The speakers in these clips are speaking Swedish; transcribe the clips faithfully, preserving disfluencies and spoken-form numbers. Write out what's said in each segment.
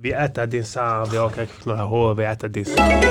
Vi äter din sarv, jag kan knälla hår, vi äter din sarv.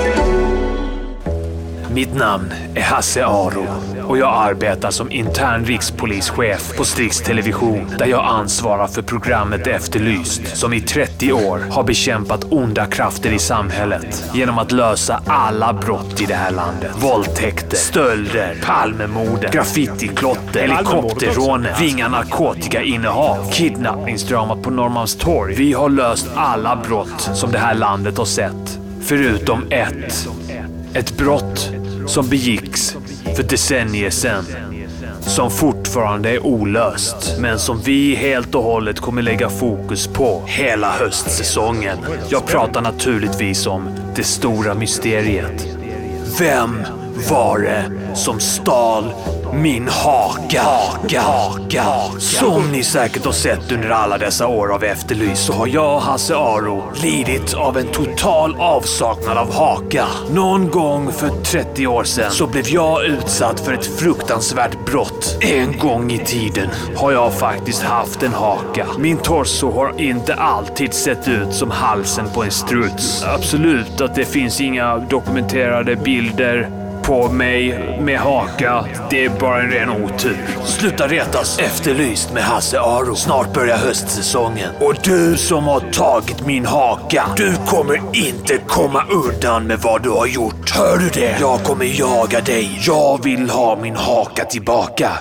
Mitt namn är Hasse Aro och jag arbetar som intern rikspolischef på Strix Television där jag ansvarar för programmet Efterlyst som i trettio år har bekämpat onda krafter i samhället genom att lösa alla brott i det här landet. Våldtäkter, stölder, Palmemorden, graffitiklotter, helikopterrånen, ringa narkotikainnehav, kidnappningsdrama på Norrmalmstorg. Vi har löst alla brott som det här landet har sett. Förutom ett. Ett brott som begicks för decennier sedan. Som fortfarande är olöst. Men som vi helt och hållet kommer lägga fokus på hela höstsäsongen. Jag pratar naturligtvis om det stora mysteriet. Vem var det som stal min haka? Haka, haka. Som ni säkert har sett under alla dessa år av Efterlyst så har jag, Hasse Aro, lidit av en total avsaknad av haka. Någon gång för trettio år sedan så blev jag utsatt för ett fruktansvärt brott. En gång i tiden har jag faktiskt haft en haka. Min torso har inte alltid sett ut som halsen på en struts. Absolut att det finns inga dokumenterade bilder på mig med haka. Det är bara en ren otur. Sluta retas. Efterlyst med Hasse Aro. Snart börjar höstsäsongen. Och du som har tagit min haka, du kommer inte komma undan med vad du har gjort. Hör du det? Jag kommer jaga dig. Jag vill ha min haka tillbaka.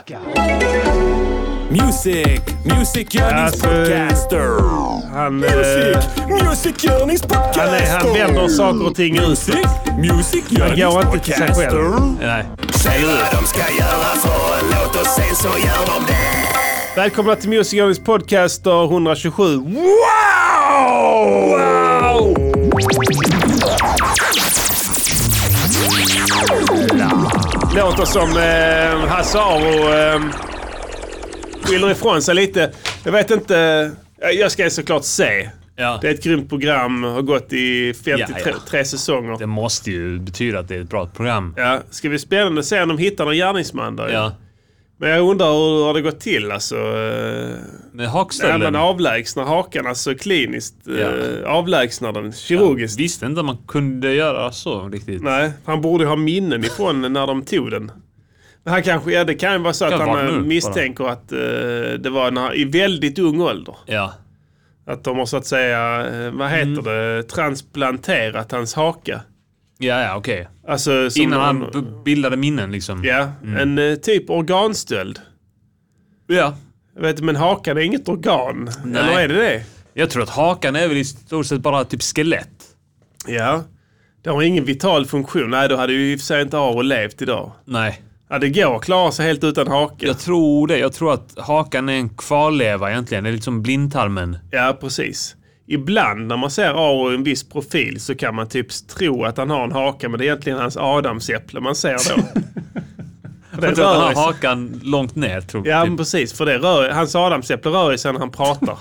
Music, music görningspodcaster. Han, Music, music görningspodcaster. Han, är, han vänder saker och ting ut. Music, music Han går inte till sig själv. Nej. Säg vad de ska göra för en låt och sen så gör de det. Välkomna till Music görningspodcaster etthundratjugosju. Wow! Wow! Låter som eh, Hasse Aro eh, skiljer ifrån sig lite. Jag vet inte. Jag ska såklart se. Ja. Det är ett grymt program. Har gått i femtiotre Ja, ja. säsonger. Det måste ju betyda att det är ett bra program. Ja, ska vi spännande se om de hittar någon gärningsman där. Ja. Men jag undrar hur har det gått till alltså. Med hakstölden. När man avlägsnar hakan, alltså kliniskt Ja. eh, avlägsnar den kirurgiskt. Jag visste inte att man kunde göra så riktigt. Nej, han borde ha minnen ifrån när de tog den. Men han kanske, ja, det kan ju vara så att Kan han vara eh, nu, misstänker att eh, det var när, i väldigt ung ålder. Ja. Att de har så att säga, eh, vad heter Mm. det, transplanterat hans haka. Ja, ja, okej. Alltså, som Innan han någon- b- bildade minnen liksom. Ja, en eh, typ organstöld. Ja. Jag vet, men hakan är inget organ. Nej. Eller är det det? Jag tror att hakan är väl i stort sett bara typ skelett. Ja. Det har ingen vital funktion. Nej, då hade ju i och för sig inte Aro levt idag. Nej. Ja, det går att klara sig helt utan haka. Jag tror det. Jag tror att hakan är en kvarleva egentligen. Det är lite som blindtarmen. Ja, precis. Ibland när man ser Aro i en viss profil så kan man typ tro att han har en haka, men det är egentligen hans adamsäpple man ser då. För Jag det tror att han rör har sig. hakan långt ner. Tror Ja, typ. men precis. För det rör, hans adamsäpple rör sig när han pratar.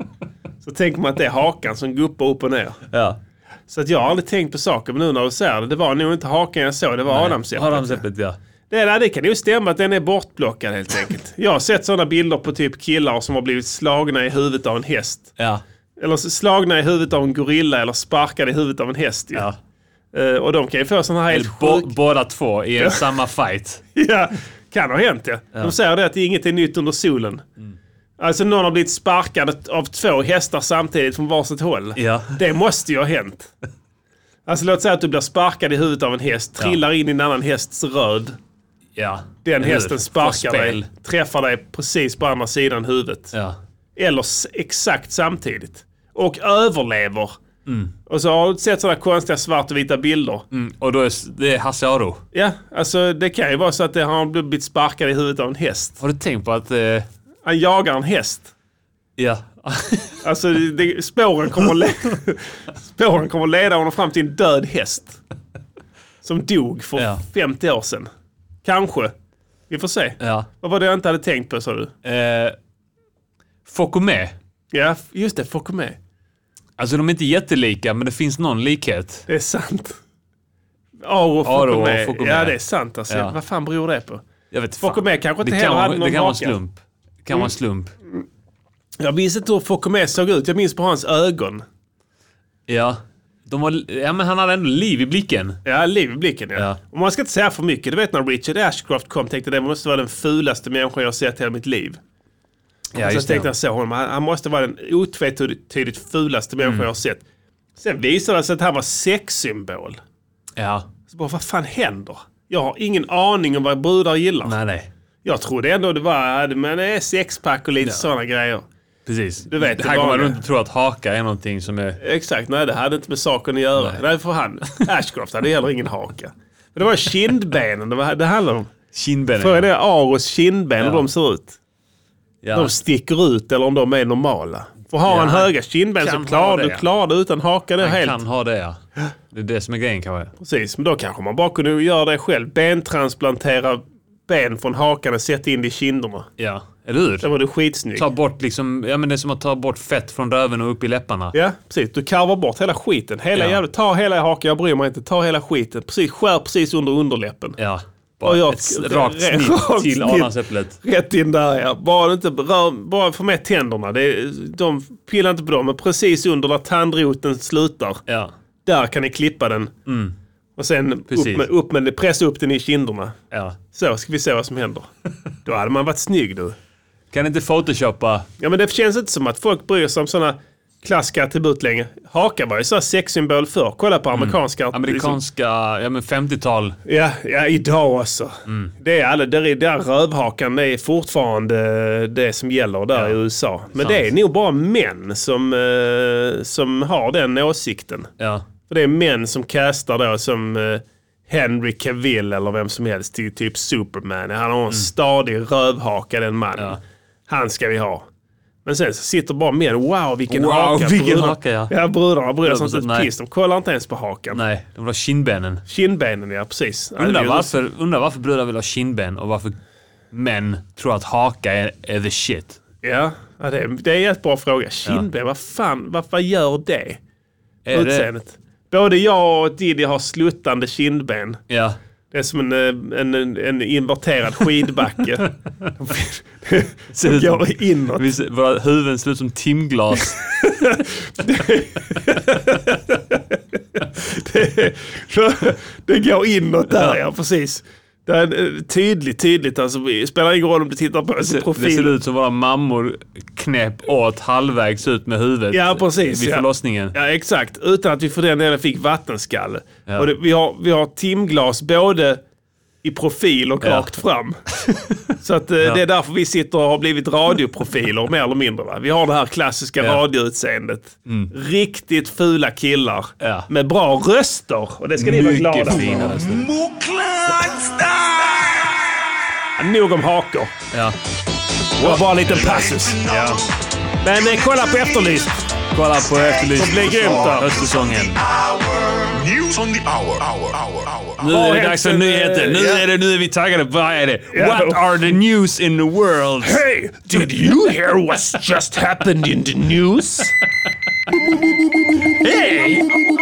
Så tänker man att det är hakan som guppar upp och ner. Ja. Så att jag har aldrig tänkt på saker, men nu när du säger det, det var nog inte hakan jag såg, det var adamsäpplet. Adamsäpplet, ja. Det, nej, det kan ju stämma att den är bortblockad helt enkelt. Jag har sett sådana bilder på typ killar som har blivit slagna i huvudet av en häst. Ja. Eller slagna i huvudet av en gorilla eller sparkade i huvudet av en häst. Ju. Ja. Uh, och de kan ju få sådana här helt Eller bo- sjuk... båda två i en samma fight. Ja, kan ha hänt ja. De säger det att inget är nytt under solen. Mm. Alltså någon har blivit sparkad av två hästar samtidigt från varsitt håll. Ja. Det måste ju ha hänt. Alltså låt säga att du blir sparkad i huvudet av en häst, trillar in i en annan hästs röd. Ja. Den Hur? hästen sparkar Spel. dig, träffar dig precis på andra sidan huvudet. Ja. Eller s- exakt samtidigt. Och överlever. Mm. Och så har du sett sådana konstiga svart och vita bilder. Mm. Och då är s- det är Hasse Aro. Ja, alltså det kan ju vara så att det har blivit sparkad i huvudet av en häst. Har du tänkt på att... Eh, Han jagar en häst. ja. Alltså det, spåren, kommer att le- spåren kommer att leda honom fram till en död häst. Som dog för Ja. femtio år sedan. Kanske. Vi får se. ja. Vad var det jag inte hade tänkt på, sa du? Eh, Fokome. Ja, just det. Fokome. Alltså de är inte jättelika, men det finns någon likhet. Det är sant. Aro och Aro och Fokome. Fokome. Ja, det är sant. Alltså. Ja. Vad fan beror det på? Jag vet fan. Fokome kanske inte det heller kan hade vara, någon Det kan vara en haka. slump. Det kan vara en slump. Jag minns inte hur Fokome såg ut. Jag minns på hans ögon. Ja. De var, ja, men han hade ändå liv i blicken. Ja, liv i blicken, ja. Ja. Och man ska inte säga för mycket. Du vet när Richard Ashcroft kom, tänkte det måste vara den fulaste människan jag har sett i hela mitt liv. Ja, så just tänkte det. jag så honom, han, han måste vara den otvetydigt fulaste människan Mm. jag har sett. Sen visade det sig att han var sexsymbol. Ja. Så bara, vad fan händer? Jag har ingen aning om vad brudar gillar. Nej, nej. Jag trodde ändå det var men det är sexpack och lite Ja. sådana grejer. Precis. Du vet, här det kommer man vanliga. inte tro att haka är någonting som är... Exakt, nej det hade inte med saken att göra. Nej. Nej, för han, Ashcroft hade heller ingen haka. Men det var kindbenen det, var, det handlade om. Kindbenen. För det är Aros kindben Ja. hur de ser ut. Ja. De sticker ut eller om de är normala. För har Ja, han höga kindben så kan klarar ha du det, ja. klarar du utan haka det Han helt. kan ha det, ja. Det är det som är grejen kanske. Precis, men då kanske man bara kunde göra det själv. Bentransplantera ben från hakan och sätta in det i kinderna. Ja. Eller hur? Då var det skitsnyggt. Ta bort liksom, ja men det är som att ta bort fett från röven och upp i läpparna. Ja, precis. Du karvar bort hela skiten. Hela Ja. jävla, ta hela hakan, jag bryr mig inte. Ta hela skiten. Precis, skär precis under underläppen. Ja. Bara Och jag- ett s- rakt re- snitt rakt till snitt. adamsäpplet. Rätt in där, ja. Bara inte rör, bara få med tänderna. Det är, de pillar inte på dem, men precis under där tandroten slutar. Ja. Där kan ni klippa den. Och sen upp Precis. med, upp med, pressa upp den i kinderna. Ja. Så ska vi se vad som händer. Då hade man varit snygg du. Kan inte photoshoppa? Ja, men det känns inte som att folk bryr sig om sådana klassiska attribut längre. Haka var ju så här sexsymbol förr. Kolla på amerikanska. Mm. Amerikanska, ja men femtiotal. Ja, ja, idag också. Mm. Det är alla, där, är- där rövhakan det är fortfarande det som gäller där Ja. i U S A. Men Sant. det är nog bara män som, eh, som har den åsikten. Ja. För det är män som castar då som eh, Henry Cavill eller vem som helst till typ Superman. Han har en stadig rövhaka den mannen. Mm. Ja. Han ska vi ha. Men sen så sitter bara män, wow vilken Wow, haka. vilken Brudar- haka, ja. Ja, brudarna bryr sig inte ett Nej. piss. De kollar inte ens på hakan. Nej, de vill ha kindbenen. Kindbenen, ja precis. Ja, det Undrar är ju- varför, undrar varför brudar vill ha kindben och varför män tror att haka är, är the shit. Ja, ja det, är, det är en jättebra fråga. Kindben, vad fan, vad, vad gör det? Är det? Utseendet. Både jag och Diddy har sluttande kindben. Ja. Det är som en, eh, en, en, en inverterad skidbacke. Ser De ut som- går inåt. Vi ser- Våra huvuden ser ut som timglas. det, det går inåt där, ja precis. Det är eh, tydligt, tydligt. Alltså, det spelar ingen roll om du tittar på alltså, Det ser profil. ut som våra mammor knäpp åt halvvägs ut med huvudet. Ja, precis, Vid ja. förlossningen. Ja, exakt. Utan att vi för den delen fick vattenskalle. Ja. Och det, vi, har, vi har timglas både i profil och Ja. rakt fram. Så att, eh, det är därför vi sitter och har blivit radioprofiler mer eller mindre. Va? Vi har det här klassiska Ja. radioutseendet. Riktigt fula killar Ja. med bra röster. Och det ska ni vara glada Mycket för. fina röster. Nog om hakor. Ja. Det var bara en liten passus. Ja. Men eh, kolla på Efterlyst. Kolla på Efterlyst. Det blir grymt där. Höstsäsongen. News on the hour, hour, hour, hour. Nu är det dags för nyheter. Nu är, det, nu är vi taggade. Vad är det? Ja. What are the news in the world? Hey, did you hear what's just happened in the news? Hey!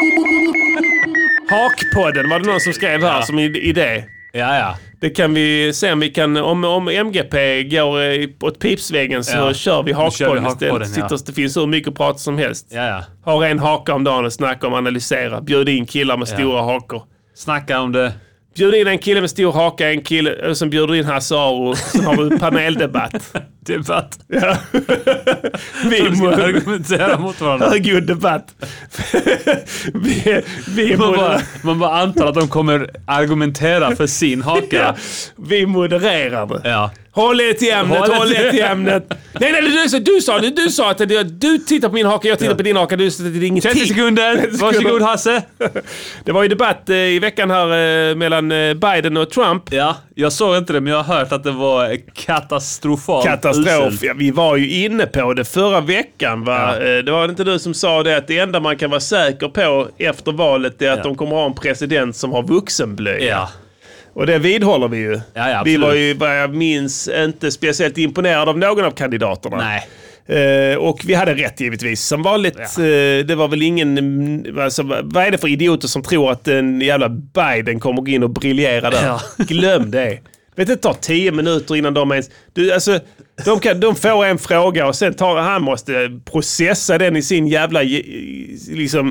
Hakpodden var det någon som skrev här som i- idé. Ja, ja. Det kan vi se om vi kan, om, om M G P går eh, åt pipsväggen så Ja. kör vi Då kör vi Hakpodden Hakpodden, istället. ja. Sitter, det finns hur mycket prat som helst. Ja, ja. Har en haka om dagen och snacka om, analysera. Bjud in killar med stora hakor. Snacka om det. Bjud in en kille med stor haka, en kille som bjuder in Hasse Aro. Så har vi paneldebatt. Debatt. Ja. Vi De ska må- argumentera mot varandra. Högljudd debatt. vi, vi, Man bara, moder- man bara antar att de kommer argumentera för sin haka. ja, vi modererar det. Ja. Håll er till ämnet, Håll er håll er till- till ämnet. Nej, nej, du, sa- du sa det. Du sa att det, du tittar på min haka, jag tittar på din haka. Du sa att det är ingenting. trettio sekunder. trettio sekunder. Varsågod Hasse. Det var ju debatt eh, i veckan här eh, mellan eh, Biden och Trump. Ja, jag såg inte det men jag har hört att det var katastrofalt Katastrof. uselt. Ja, vi var ju inne på det förra veckan. Va? Ja. Eh, Det var inte du som sa det att det enda man kan vara säker på efter valet är att Ja. de kommer ha en president som har vuxenblöja. Ja. Och det vidhåller vi ju. Ja, ja, vi absolut. var ju, vad jag minns, inte speciellt imponerade av någon av kandidaterna. Nej. Eh, och vi hade rätt givetvis. Som vanligt, Ja. eh, det var väl ingen... mm, Alltså, vad är det för idioter som tror att en jävla Biden kommer gå in och briljera där? Ja. Glöm det. Vet det tar tio minuter innan de ens... Du, alltså, de, kan, de får en fråga och sen tar han måste processa den i sin jävla... Liksom...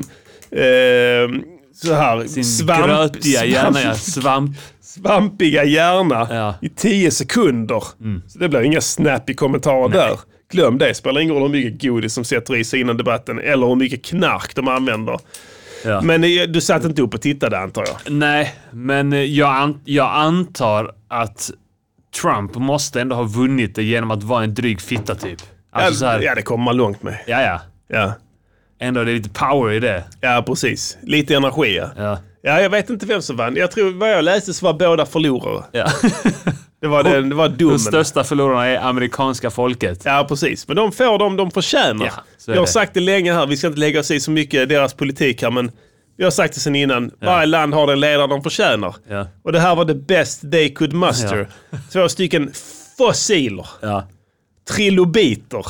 Eh, så här... Sin svamp, grötiga svamp, hjärna, ja. Svamp. Svampiga hjärna Ja. i tio sekunder. Mm. Så det blir inga snappy kommentarer Nej. där. Glöm det. Spelar ingen roll hur mycket godis som sätter i sig innan debatten eller hur mycket knark de använder. Ja. Men du satt inte upp och tittade, antar jag. Nej, men jag, an- jag antar att Trump måste ändå ha vunnit det genom att vara en dryg fitta typ. Alltså Ja, så här, ja, det kommer man långt med. ja, ja. Ja, Ändå det är lite power i det. ja precis. Lite energi, ja. Ja. Ja, jag vet inte vem som vann. Jag tror, vad jag läste så var båda förlorare. Ja. Det var, det, det var De domen. största förlorarna är amerikanska folket. Ja, precis. Men de får dem de förtjänar. Ja, så är jag har det. sagt det länge här. Vi ska inte lägga oss i så mycket i deras politik här, men vi har sagt det sen innan. Varje land har den ledare de förtjänar. Ja. Och det här var the best they could muster. Två stycken fossiler. Ja. Trilobiter.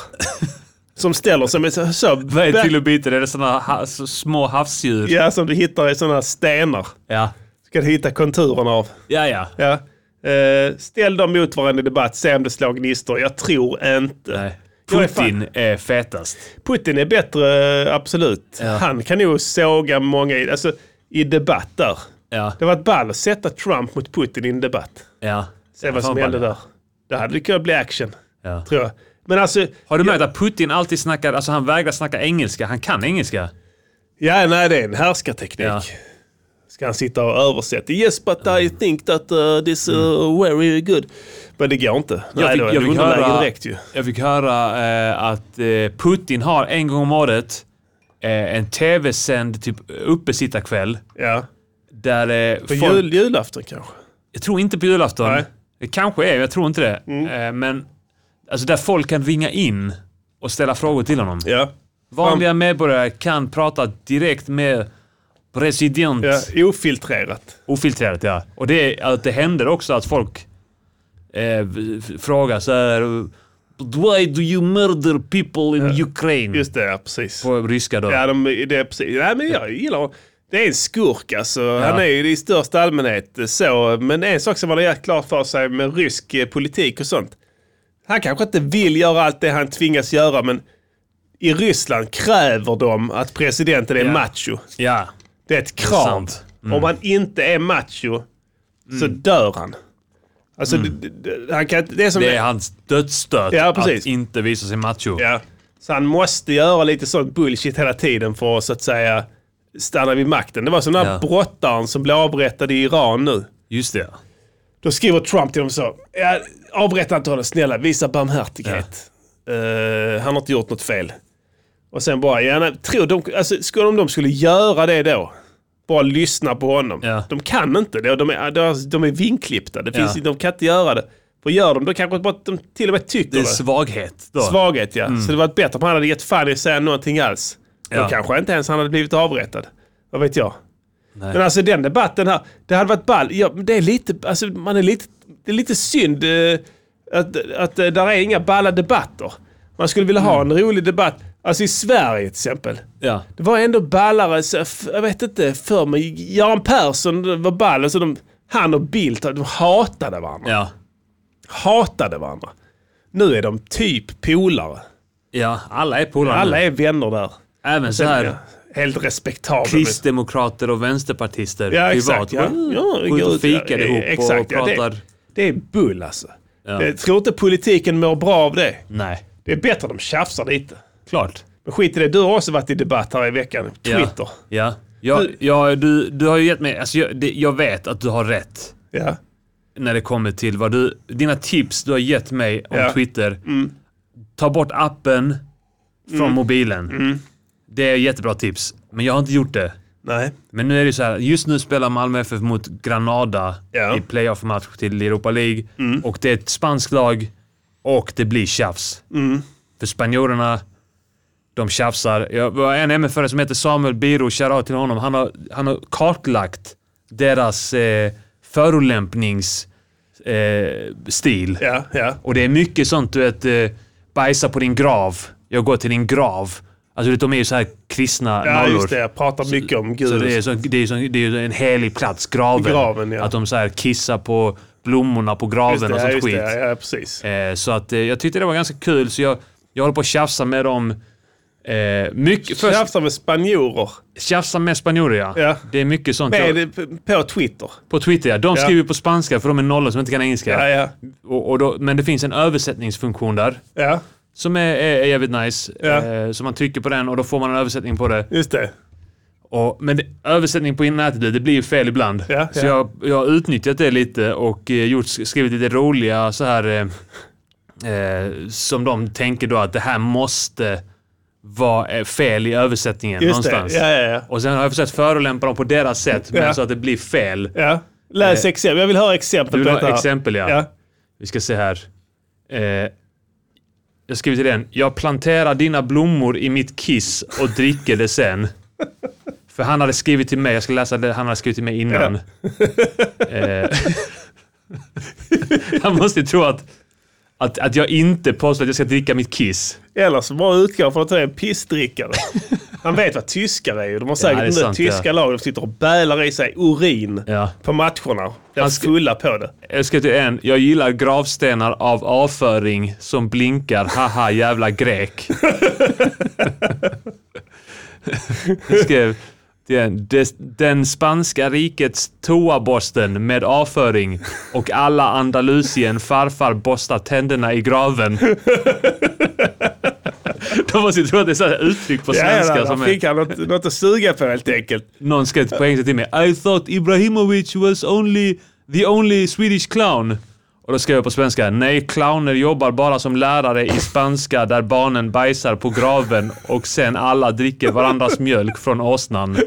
Som ställer sig med så... så Vad är trilobiter? Är det sådana ha- så små havsdjur? Ja, som du hittar i sådana stenar. Ja. Ska du hitta konturerna av. Ja, ja. Ja. Eh, ställ dem mot varandra i debatt. Se om det slår gnistor. Jag tror inte. Nej. Jag är Putin är fetast. Putin är bättre, absolut. Ja. Han kan nog såga många i, alltså, i debatt där. Ja. Det var ett ball att sätta Trump mot Putin i en debatt. Ja. Se vad som hände där. Det hade det kunnat bli action, Ja. tror jag. Men alltså... Har du märkt att Putin alltid snackar, alltså han vägrar snacka engelska, han kan engelska. Ja, nej, det är en härskarteknik. Ja. Ska han sitta och översätta? Yes, but I think that uh, this uh, very good. Men det går inte. Jag nej, fick, då är jag det fick underläge höra, direkt ju. jag fick höra eh, att eh, Putin har en gång om året eh, en tv-sänd typ uppesittarkväll Ja. där eh, På folk, jul, julafton kanske. jag tror inte på julafton. Nej. Det kanske är, jag tror inte det. Mm. Eh, men alltså där folk kan ringa in och ställa frågor till honom. Ja. Vanliga medborgare kan prata direkt med president. Ja, ofiltrerat. Ofiltrerat, ja. Och det, att det händer också att folk eh, frågar så här: why do you murder people in Ukraine? Just det, ja, precis. På ryska då. Ja, de, det är precis. Nej, men jag gillar... Det är en skurk alltså. Han är ju i största allmänhet så. Men en sak som var det klart för sig med rysk eh, politik och sånt. Han kanske inte vill göra allt det han tvingas göra, men i Ryssland kräver de att presidenten är Ja. macho. Ja. Det är ett Det är krav. sant. Mm. Om han inte är macho så dör han. Alltså, det, det, han kan, det är som... Det är hans dödsstöt Ja, precis. att inte visa sig macho. Ja. Så han måste göra lite sånt bullshit hela tiden för att så att säga stanna vid makten. Det var som den här Ja. brottaren som blev avrättad i Iran nu. Just det. Då skriver Trump till dem så. Ja, avrätta inte honom, snälla. Visa barmhärtighet. Uh, han har inte gjort något fel. Och sen bara, ja, nej, tror de, alltså, skulle de, de skulle göra det då? Bara lyssna på honom. Ja. De kan inte det. De är, de är, de är vinklippta. Det finns, Ja. De kan inte göra det. För gör de, då kanske bara, de till och med tycker Det är det. svaghet då. Svaghet, ja. Så det var bättre om han hade gett fan i att säga någonting alls. Då Ja. kanske inte ens han hade blivit avrättad. Vad vet jag. Nej. Men alltså den debatten här, det hade varit ball. Ja, men det är lite, alltså man är lite, det är lite synd eh, att, att eh, där är inga balla debatter. Man skulle vilja ha en rolig debatt. Alltså i Sverige till exempel. Ja. Det var ändå ballare, så, f- jag vet inte, för mig. Göran Persson var ball, alltså de, han och Bildt, de hatade varandra. Ja. Hatade varandra. Nu är de typ polare. Ja, alla är polare. Alla är vänner där. Även så här Ja, helt respektabelt. kristdemokrater och vänsterpartister. Ja, privat. exakt. Ja. Ja, Går ut och gud, fikar ja, ihop exakt, och ja, pratar. det, det är bull alltså. Ja. Jag tror inte politiken mår bra av det. Nej, Det är bättre att de tjafsar lite. klart. Men skit i det, du har också varit i debatt här i veckan. Twitter. Ja. Ja. Ja, ja, du, du har ju gett mig... Alltså jag, det, jag vet att du har rätt Ja. när det kommer till vad du... Dina tips du har gett mig om Ja. Twitter. Ta bort appen från mobilen. Det är jättebra tips. Men jag har inte gjort det. Nej. Men nu är det så här, just nu spelar Malmö F F mot Granada Ja. i playoff-match till Europa League. Och det är ett spanskt lag och det blir tjafs. För spanjorerna, de tjafsar. Jag var en M F-are som heter Samuel Biro, shoutout till honom. Han har, han har kartlagt deras eh, förolämpningsstil. Eh, stil. Ja, ja. Och det är mycket sånt, du vet, eh, bajsa på din grav. Jag går till din grav. Alltså de är ju så här kristna Ja, nollor. just det. Jag pratar mycket om Gud. Så det är, så, det, är så, det är en helig plats, graven. Graven, ja. Att de så här kissar på, blommorna på graven det, och sånt ja, skit. Det, ja, precis. Eh, så att eh, jag tyckte det var ganska kul, så jag, jag håller på att tjafsa med dem. Eh, mycket, först, Tjafsa med spanjorer. tjafsa med spanjorer, ja. Ja. Det är mycket sånt. Med, jag, på Twitter. på Twitter, ja. De Ja. skriver på spanska för de är nollor som inte kan engelska. Ja, ja. Och, och då, men det finns en översättningsfunktion där. Ja, Som är, är, är jävligt nice. Ja. Eh, så man trycker på den och då får man en översättning på det. just det. Och, men det, översättning på nätet, det blir ju fel ibland. Ja, så ja. jag, jag har utnyttjat det lite och eh, gjort, skrivit lite roliga så här eh, eh, som de tänker då att det här måste vara eh, fel i översättningen Just någonstans. det. Ja, ja, ja. Och sen har jag försökt förolämpa dem på deras sätt, men Ja. så att det blir fel. ja. Läs Eh, exempel. Jag vill höra exempel Du vill på ha detta. exempel, ja. Ja. Vi ska se här. Eh, jag skriver till den. Jag planterar dina blommor i mitt kiss och dricker det sen. För han hade skrivit till mig. Jag ska läsa det han hade skrivit till mig innan. eh, han måste ju tro att, att, att jag inte påstår att jag ska dricka mitt kiss. Eller så bara utgå från att det är en pissdrickare. Han vet vad tyskar är ju. De har säkert Ja, det är nu sant, tyska ja. lag. De sitter och bälar i sig urin Ja. på matcherna. De är Han sk- fulla på det. Jag ska till en. Jag gillar gravstenar av avföring som blinkar. Haha, jävla grek. Jag skrev den, des, den spanska rikets toaborsten med avföring och alla Andalusien farfar borstar tänderna i graven. De måste ju tro att det är så här uttryck på svenska. Ja, som där är, fick han något, något att suga på helt enkelt. någon skrev på engelska till mig. I thought Ibrahimovic was only the only Swedish clown. Och då skrev jag på svenska. Nej, clowner jobbar bara som lärare i spanska där barnen bajsar på graven och sen alla dricker varandras mjölk från åsnan.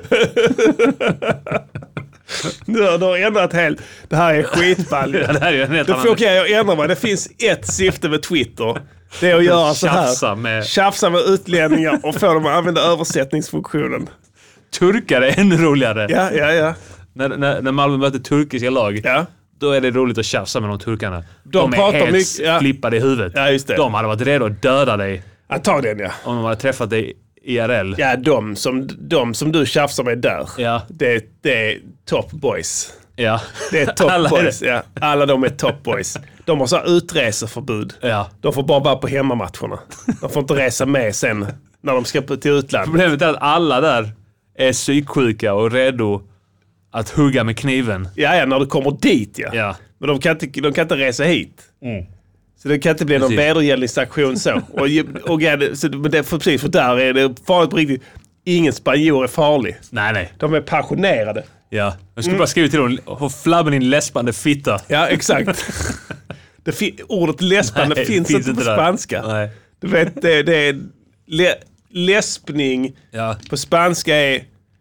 Du har, du har ändrat helt. Det här är skitball. Ja, det här är ju en helt Då annan... får okay, jag ändra mig. Det finns ett syfte med Twitter. Det är att göra så här. Tjafsa med- Tjafsa med utlänningar och få dem att använda översättningsfunktionen. Turkar är ännu roligare. Ja, ja, ja. När, när, när Malmö möter turkiska lag, Ja, då är det roligt att tjafsa med de turkarna. De, De är pratar helt mycket- ja. flippade i huvudet. Ja, just det. De hade varit redo att döda dig antagligen ja. om de hade träffat dig I R L. Ja, de som, de som du tjafsar med där. Ja. Det, det är top boys. Ja. Det är top Alla är boys. det. Ja. Alla de är top boys. De har så här utreseförbud. Ja. De får bara vara på hemmamatcherna. De får inte resa med sen när de ska till utlandet. Problemet är att alla där är psyksjuka och redo att hugga med kniven. Ja, ja, när du kommer dit ja. Ja. Men de kan inte, de kan inte resa hit. Så det kan inte bli någon Precis. vedergällningsaktion så. Och, och, ja, det, så men det, för, precis, för där är det farligt på riktigt. Ingen spanjor är farlig. Nej, nej. De är passionerade. Ja. Jag skulle bara skriva till dem, håll flabben din läspande fitta. Ja, exakt. det fi- ordet läspande Nej, finns, inte på där. spanska. Nej. Du vet, det, det är lä, läspning Ja. på spanska är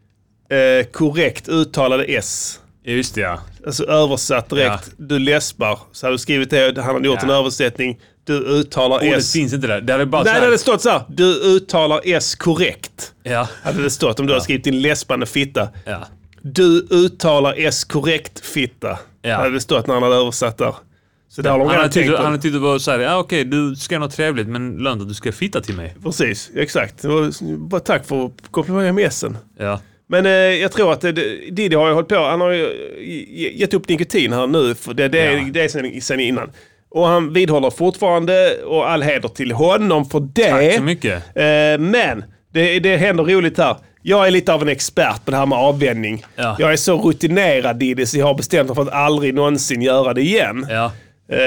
eh, korrekt uttalade S. Just det, ja. Alltså översatt direkt. Du läspar. Så har du skrivit det, han har gjort Ja. en översättning. Du uttalar Ordet S. finns inte där. Det hade bara Nej, så det här- hade stått så här. Du uttalar S korrekt. Ja. Hade det stått om du har skrivit din läspande fitta. Ja. Du uttalar S korrekt fitta. Ja. Hade det stått när han hade översatt där. Så det har de Han redan hade tänkt tyckt, på. han hade tyckt det var såhär, ja okej, du ska göra något trevligt, men lönt att du ska fitta till mig. Precis, exakt. Det var, bara tack för att komplimera med S'en. Ja. Men eh, jag tror att det, Diddy har ju hållit på, han har ju ge- gett upp nikotin här nu, för det, det, är, Ja. det är sen, sen innan. Och han vidhåller fortfarande, och all heder till honom för det. Tack så mycket. Eh, men det, det händer roligt här. Jag är lite av en expert på det här med avvänjning. Ja. Jag är så rutinerad Diddy så jag har bestämt mig för att aldrig någonsin göra det igen. Ja. Eh,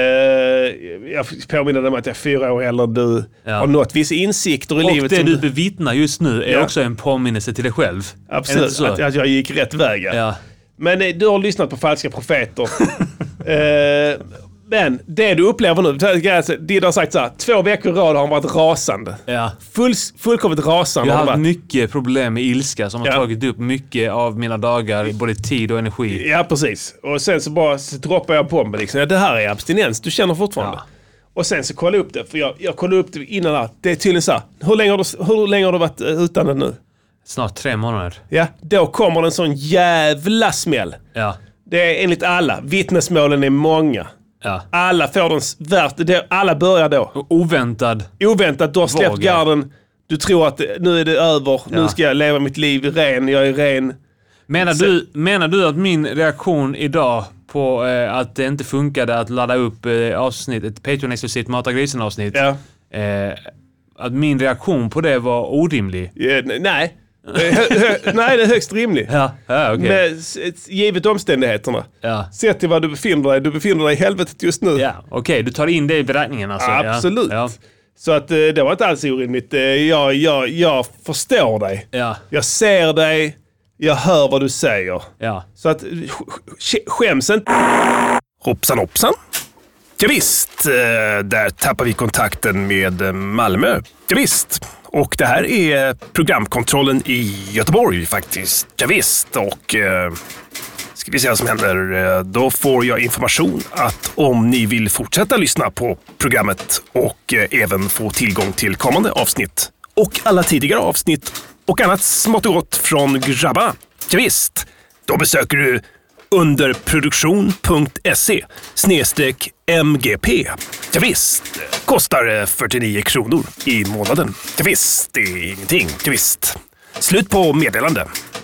jag påminner dig om att jag är fyra år äldre än du. Ja. Har nått vissa insikter i Och livet. det som du bevittnar just nu är Ja. också en påminnelse till dig själv. Är det Absolut, inte så? att, att jag gick rätt väg. Ja. Ja. Men eh, du har lyssnat på Falska Profeter. eh, men det du upplever nu, Diddy har sagt så här, två veckor i rad har han varit rasande. Ja. Full, fullkomligt rasande Jag har har han haft varit. mycket problem med ilska som har Ja. tagit upp mycket av mina dagar, både tid och energi. Ja, precis. Och sen så bara så droppar jag på mig liksom. Ja, det här är abstinens, du känner fortfarande. Ja. Och sen så kollade jag upp det, för jag, jag kollade upp det innan där. Det är tydligen så här, hur länge har du, hur länge har du varit eh, utan det nu? Snart tre månader. Ja, då kommer det en sån jävla smäll. Ja. Det är enligt alla. Vittnesmålen är många. Ja. Alla får den s- värt, det, alla börjar då. Och oväntad. Oväntat, du har släppt Vågar. garden. Du tror att nu är det över, nu Ja. ska jag leva mitt liv ren, jag är ren. Menar du, menar du att min reaktion idag på eh, att det inte funkade att ladda upp eh, avsnitt, ett Patreon-exklusivt Mata Grisen-avsnitt. Ja. Eh, att min reaktion på det var orimlig. Ja, nej. Nej, det är högst rimligt. Ja, ja okej. Med s- givet omständigheterna. Ja. Se till vad du befinner dig. Du befinner dig i helvetet just nu. Ja, okej. Okay. Du tar in det i beräkningen alltså. Absolut. Ja. Så att eh, det var inte alls orimligt. Eh, Jag, jag, jag förstår dig. Ja. Jag ser dig. Jag hör vad du säger. Ja. Så att sk- sk- skäms inte. Hoppsan hoppsan. Ja, visst, eh, där tappar vi kontakten med eh, Malmö. Ja, visst. Och det här är programkontrollen i Göteborg faktiskt. Ja, visst. Och eh, ska vi se vad som händer. Eh, Då får jag information att om ni vill fortsätta lyssna på programmet och eh, även få tillgång till kommande avsnitt och alla tidigare avsnitt och annat smått och gott från grabbarna. Ja, visst. Då besöker du underproduktion.se snedstreck mgp. Ja, visst. Kostar eh, fyrtionio kronor i månaden. Ja, visst, det är ingenting. Ja, visst. Slut på meddelande.